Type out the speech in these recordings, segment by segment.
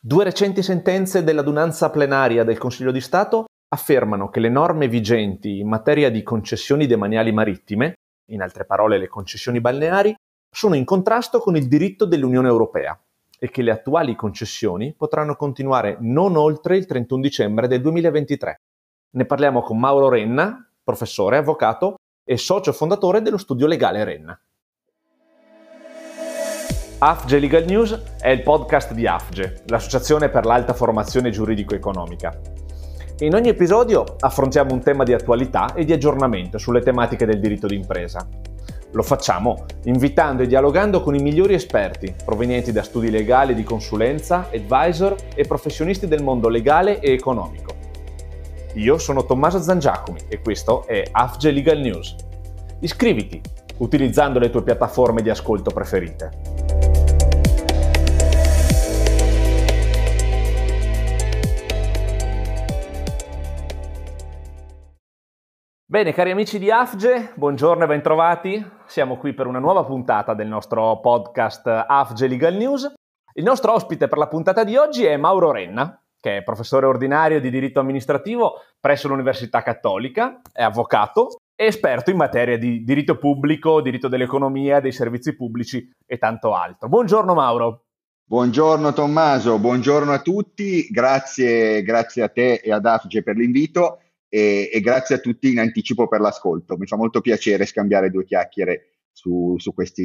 Due recenti sentenze dell'adunanza plenaria del Consiglio di Stato affermano che le norme vigenti in materia di concessioni demaniali marittime, in altre parole le concessioni balneari, sono in contrasto con il diritto dell'Unione Europea e che le attuali concessioni potranno continuare non oltre il 31 dicembre del 2023. Ne parliamo con Mauro Renna, professore, avvocato e socio fondatore dello studio legale Renna. AFGE Legal News è il podcast di AFGE, l'Associazione per l'Alta Formazione Giuridico-Economica. In ogni episodio affrontiamo un tema di attualità e di aggiornamento sulle tematiche del diritto d'impresa. Lo facciamo invitando e dialogando con i migliori esperti provenienti da studi legali di consulenza, advisor e professionisti del mondo legale e economico. Io sono Tommaso Zangiacomi e questo è AFGE Legal News. Iscriviti utilizzando le tue piattaforme di ascolto preferite. Bene, cari amici di AFGE, buongiorno e bentrovati. Siamo qui per una nuova puntata del nostro podcast AFGE Legal News. Il nostro ospite per la puntata di oggi è Mauro Renna, che è professore ordinario di diritto amministrativo presso l'Università Cattolica, è avvocato e esperto in materia di diritto pubblico, diritto dell'economia, dei servizi pubblici e tanto altro. Buongiorno Mauro. Buongiorno Tommaso, buongiorno a tutti, grazie a te e ad AFGE per l'invito. E grazie a tutti in anticipo per l'ascolto. Mi fa molto piacere scambiare due chiacchiere sul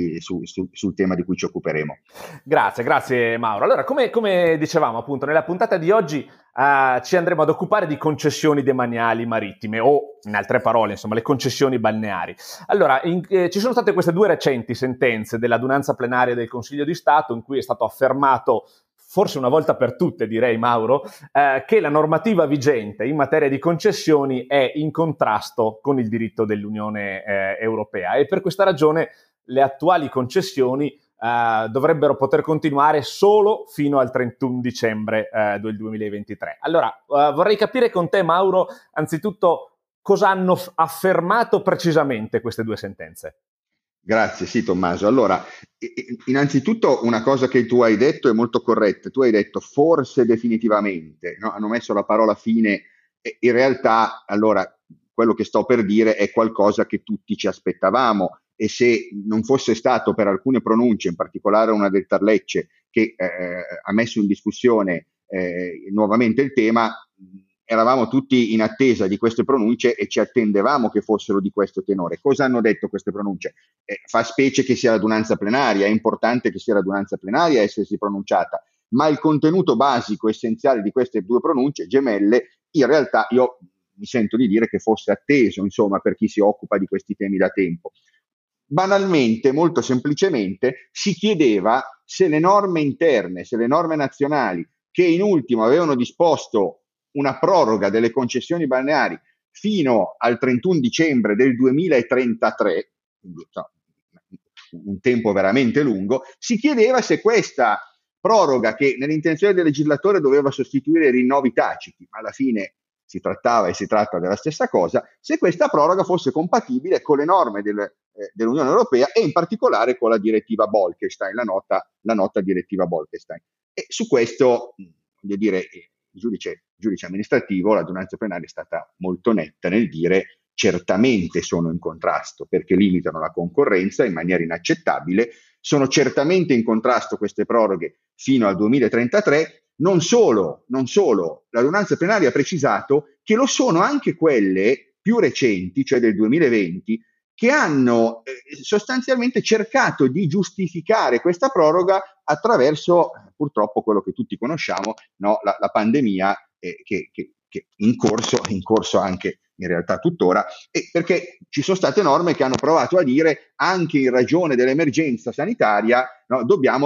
tema di cui ci occuperemo. Grazie Mauro. Allora, come dicevamo appunto, nella puntata di oggi ci andremo ad occupare di concessioni demaniali marittime o, in altre parole, insomma, le concessioni balneari. Allora, ci sono state queste due recenti sentenze dell'adunanza plenaria del Consiglio di Stato in cui è stato affermato, forse una volta per tutte direi Mauro, che la normativa vigente in materia di concessioni è in contrasto con il diritto dell'Unione Europea e per questa ragione le attuali concessioni dovrebbero poter continuare solo fino al 31 dicembre del 2023. Allora, vorrei capire con te Mauro, anzitutto, cosa hanno affermato precisamente queste due sentenze. Grazie, sì Tommaso. Allora, innanzitutto una cosa che tu hai detto è molto corretta. Tu hai detto forse definitivamente, no? Hanno messo la parola fine e in realtà, allora, quello che sto per dire è qualcosa che tutti ci aspettavamo e se non fosse stato per alcune pronunce, in particolare una del Tarlecce, che ha messo in discussione nuovamente il tema, eravamo tutti in attesa di queste pronunce e ci attendevamo che fossero di questo tenore. Cosa hanno detto queste pronunce? Fa specie che sia l'adunanza plenaria, è importante che sia l'adunanza plenaria a essersi pronunciata, ma il contenuto basico, essenziale di queste due pronunce gemelle, in realtà io mi sento di dire che fosse atteso, insomma, per chi si occupa di questi temi da tempo. Banalmente, molto semplicemente, si chiedeva se le norme interne, se le norme nazionali, che in ultimo avevano disposto una proroga delle concessioni balneari fino al 31 dicembre del 2033, quindi un tempo veramente lungo, si chiedeva se questa proroga, che nell'intenzione del legislatore doveva sostituire i rinnovi taciti, ma alla fine si trattava e si tratta della stessa cosa, se questa proroga fosse compatibile con le norme dell'Unione Europea e in particolare con la direttiva Bolkestein, la nota direttiva Bolkestein. E su questo, voglio dire, il giudice amministrativo, l'adunanza plenaria è stata molto netta nel dire certamente sono in contrasto perché limitano la concorrenza in maniera inaccettabile, sono certamente in contrasto queste proroghe fino al 2033, non solo, l'adunanza plenaria ha precisato che lo sono anche quelle più recenti, cioè del 2020, che hanno sostanzialmente cercato di giustificare questa proroga attraverso purtroppo quello che tutti conosciamo, no? la pandemia che è in corso anche in realtà tuttora, e perché ci sono state norme che hanno provato a dire anche in ragione dell'emergenza sanitaria, no,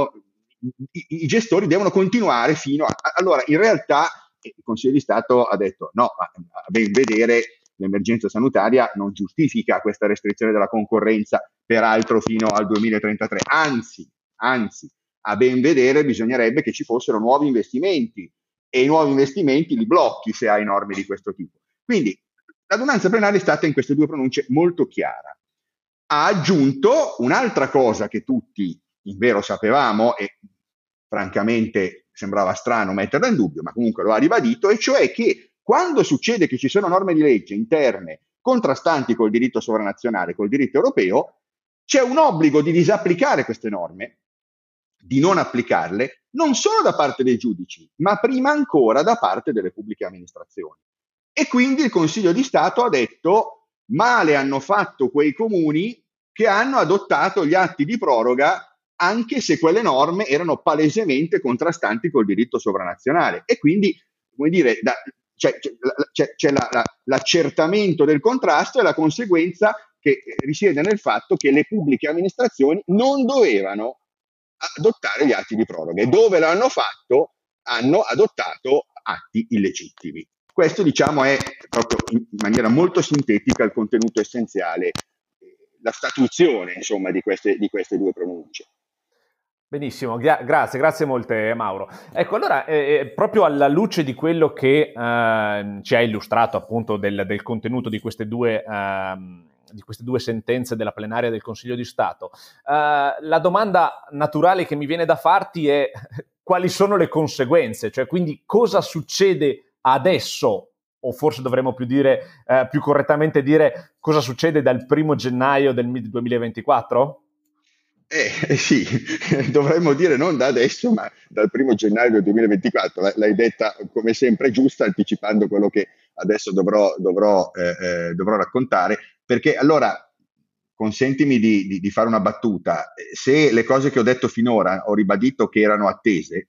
i gestori devono continuare fino a... Allora, in realtà il Consiglio di Stato ha detto no, a ben vedere l'emergenza sanitaria non giustifica questa restrizione della concorrenza, peraltro fino al 2033, anzi, a ben vedere bisognerebbe che ci fossero nuovi investimenti e i nuovi investimenti li blocchi se hai norme di questo tipo. Quindi l'adunanza plenaria è stata in queste due pronunce molto chiara. Ha aggiunto un'altra cosa che tutti in vero sapevamo e francamente sembrava strano metterla in dubbio, ma comunque lo ha ribadito, e cioè che quando succede che ci sono norme di legge interne contrastanti col diritto sovranazionale, col diritto europeo, c'è un obbligo di disapplicare queste norme, di non applicarle, non solo da parte dei giudici, ma prima ancora da parte delle pubbliche amministrazioni. E quindi il Consiglio di Stato ha detto: male hanno fatto quei comuni che hanno adottato gli atti di proroga anche se quelle norme erano palesemente contrastanti col diritto sovranazionale. E quindi, come dire, c'è l'accertamento del contrasto e la conseguenza che risiede nel fatto che le pubbliche amministrazioni non dovevano adottare gli atti di proroga, e dove l'hanno fatto hanno adottato atti illegittimi. Questo, diciamo, è proprio in maniera molto sintetica il contenuto essenziale, la statuizione, insomma, di queste due pronunce. Benissimo, grazie molte Mauro. Ecco, allora, proprio alla luce di quello che ci ha illustrato, appunto, del contenuto di queste due sentenze della plenaria del Consiglio di Stato, la domanda naturale che mi viene da farti è: quali sono le conseguenze? Cioè, quindi, cosa succede adesso? O forse dovremmo più correttamente dire, cosa succede dal 1° gennaio del 2024? Sì, dovremmo dire non da adesso, ma dal 1° gennaio del 2024. L'hai detta come sempre giusta, anticipando quello che adesso dovrò raccontare, perché allora consentimi di fare una battuta. Se le cose che ho detto finora ho ribadito che erano attese,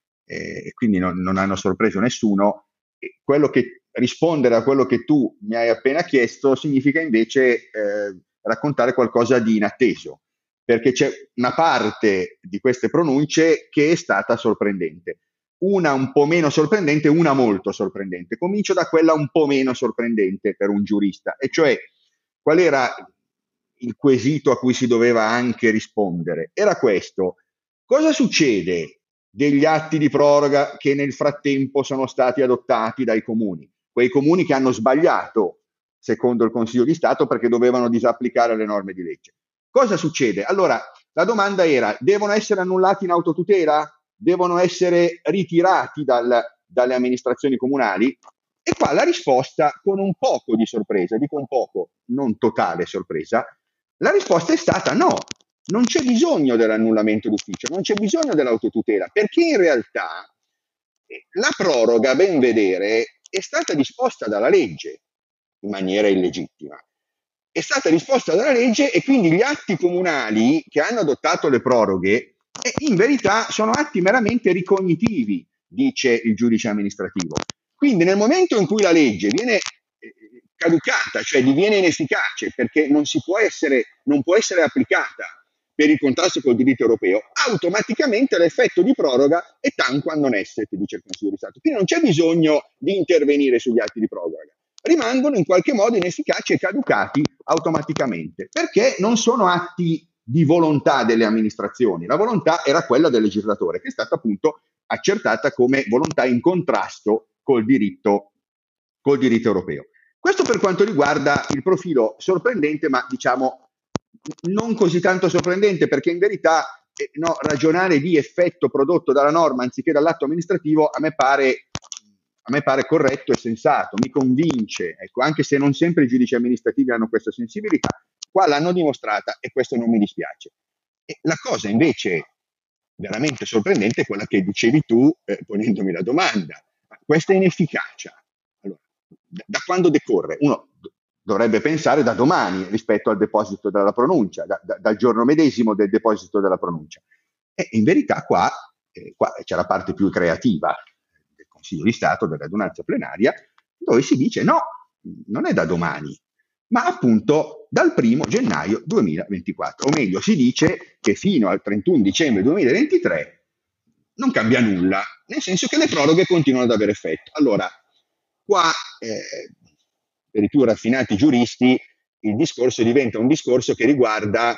e quindi non hanno sorpreso nessuno, quello che rispondere a quello che tu mi hai appena chiesto significa invece raccontare qualcosa di inatteso, perché c'è una parte di queste pronunce che è stata sorprendente, una un po' meno sorprendente, una molto sorprendente. Comincio da quella un po' meno sorprendente per un giurista, e cioè, qual era il quesito a cui si doveva anche rispondere? Era questo: cosa succede degli atti di proroga che nel frattempo sono stati adottati dai comuni? Quei comuni che hanno sbagliato, secondo il Consiglio di Stato, perché dovevano disapplicare le norme di legge. Cosa succede? Allora, la domanda era: devono essere annullati in autotutela? Devono essere ritirati dalle amministrazioni comunali? E qua la risposta, con un poco di sorpresa, dico un poco, non totale sorpresa, la risposta è stata no, non c'è bisogno dell'annullamento d'ufficio, non c'è bisogno dell'autotutela, perché in realtà la proroga, a ben vedere, è stata disposta dalla legge in maniera illegittima. È stata disposta dalla legge, e quindi gli atti comunali che hanno adottato le proroghe in verità sono atti meramente ricognitivi, dice il giudice amministrativo. Quindi nel momento in cui la legge viene caducata, cioè diviene inefficace perché non può essere applicata per il contrasto col diritto europeo, automaticamente l'effetto di proroga è tanquam non esset, dice il Consiglio di Stato. Quindi non c'è bisogno di intervenire sugli atti di proroga, rimangono in qualche modo inefficaci e caducati automaticamente, perché non sono atti di volontà delle amministrazioni. La volontà era quella del legislatore, che è stata appunto accertata come volontà in contrasto col diritto europeo. Questo per quanto riguarda il profilo sorprendente, ma diciamo non così tanto sorprendente, perché in verità ragionare di effetto prodotto dalla norma anziché dall'atto amministrativo a me pare corretto e sensato, mi convince, ecco, anche se non sempre i giudici amministrativi hanno questa sensibilità, qua l'hanno dimostrata e questo non mi dispiace. E la cosa invece veramente sorprendente è quella che dicevi tu ponendomi la domanda: questa inefficacia, allora, da quando decorre? Uno dovrebbe pensare da domani rispetto al deposito della pronuncia, dal giorno medesimo del deposito della pronuncia. E in verità qua c'è la parte più creativa del Consiglio di Stato, dell'adunanza plenaria, dove si dice no, non è da domani, ma appunto dal 1° gennaio 2024. O meglio, si dice che fino al 31 dicembre 2023 non cambia nulla, nel senso che le proroghe continuano ad avere effetto. Allora, qua per i più raffinati giuristi il discorso diventa un discorso che riguarda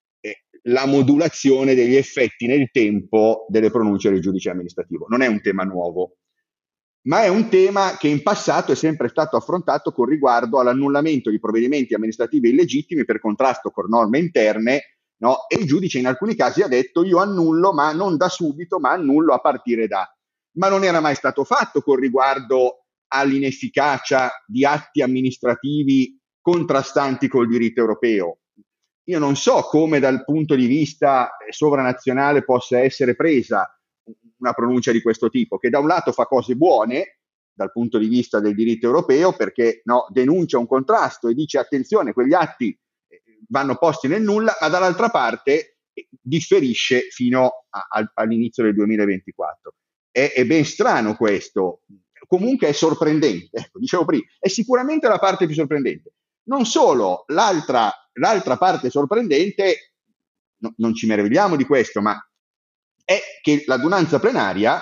la modulazione degli effetti nel tempo delle pronunce del giudice amministrativo. Non è un tema nuovo, ma è un tema che in passato è sempre stato affrontato con riguardo all'annullamento di provvedimenti amministrativi illegittimi per contrasto con norme interne no? E il giudice in alcuni casi ha detto io annullo, ma non da subito, ma annullo a partire da. Ma non era mai stato fatto con riguardo all'inefficacia di atti amministrativi contrastanti col diritto europeo. Io non so come dal punto di vista sovranazionale possa essere presa una pronuncia di questo tipo, che da un lato fa cose buone dal punto di vista del diritto europeo, perché no, denuncia un contrasto e dice attenzione, quegli atti vanno posti nel nulla, ma dall'altra parte differisce fino all'inizio del 2024. È ben strano questo, comunque è sorprendente, ecco, dicevo prima, è sicuramente la parte più sorprendente. Non solo, l'altra parte sorprendente, non ci meravigliamo di questo, ma è che l'adunanza plenaria,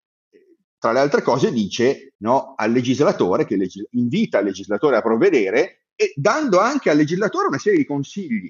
tra le altre cose, dice no, al legislatore, che invita il legislatore a provvedere, e dando anche al legislatore una serie di consigli.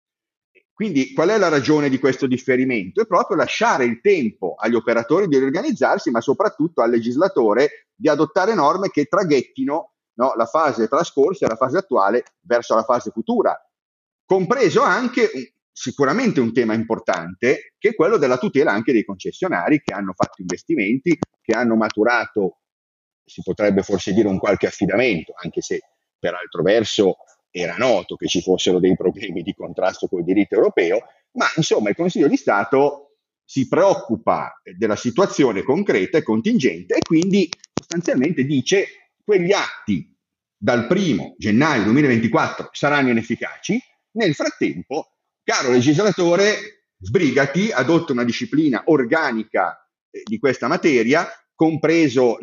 Quindi qual è la ragione di questo differimento? È proprio lasciare il tempo agli operatori di riorganizzarsi, ma soprattutto al legislatore di adottare norme che traghettino, no, la fase trascorsa e la fase attuale verso la fase futura, compreso anche sicuramente un tema importante, che è quello della tutela anche dei concessionari che hanno fatto investimenti, che hanno maturato, si potrebbe forse dire, un qualche affidamento, anche se per altro verso era noto che ci fossero dei problemi di contrasto col diritto europeo, ma insomma il Consiglio di Stato si preoccupa della situazione concreta e contingente e quindi sostanzialmente dice quegli atti dal 1 gennaio 2024 saranno inefficaci. Nel frattempo, caro legislatore, sbrigati, adotta una disciplina organica di questa materia, comprese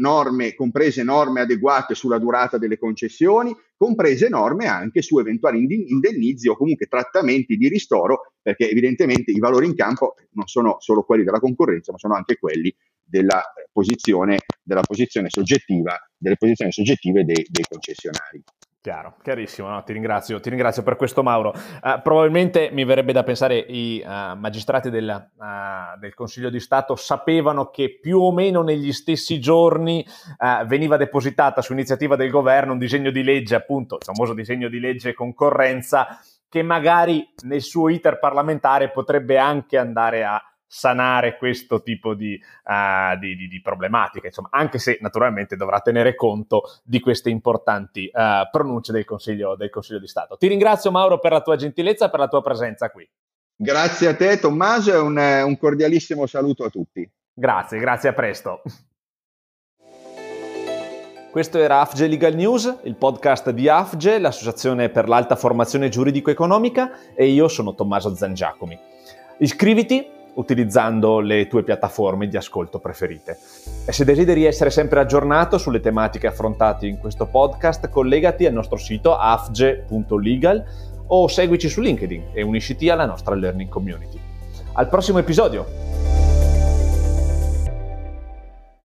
norme adeguate sulla durata delle concessioni, comprese norme anche su eventuali indennizi o comunque trattamenti di ristoro, perché evidentemente i valori in campo non sono solo quelli della concorrenza, ma sono anche quelli della posizione soggettiva, delle posizioni soggettive dei concessionari. Chiaro, chiarissimo, no, ti ringrazio per questo, Mauro. Probabilmente mi verrebbe da pensare i magistrati del Consiglio di Stato sapevano che più o meno negli stessi giorni veniva depositata su iniziativa del governo un disegno di legge, appunto il famoso disegno di legge concorrenza, che magari nel suo iter parlamentare potrebbe anche andare a sanare questo tipo di problematiche, insomma, anche se naturalmente dovrà tenere conto di queste importanti pronunce del Consiglio di Stato. Ti ringrazio, Mauro, per la tua gentilezza e per la tua presenza qui. Grazie a te, Tommaso, e un cordialissimo saluto a tutti. Grazie, a presto. Questo era AFGE Legal News, il podcast di AFGE, l'Associazione per l'Alta Formazione Giuridico-Economica, e io sono Tommaso Zangiacomi. Iscriviti utilizzando le tue piattaforme di ascolto preferite. E se desideri essere sempre aggiornato sulle tematiche affrontate in questo podcast, collegati al nostro sito afge.legal o seguici su LinkedIn e unisciti alla nostra learning community. Al prossimo episodio!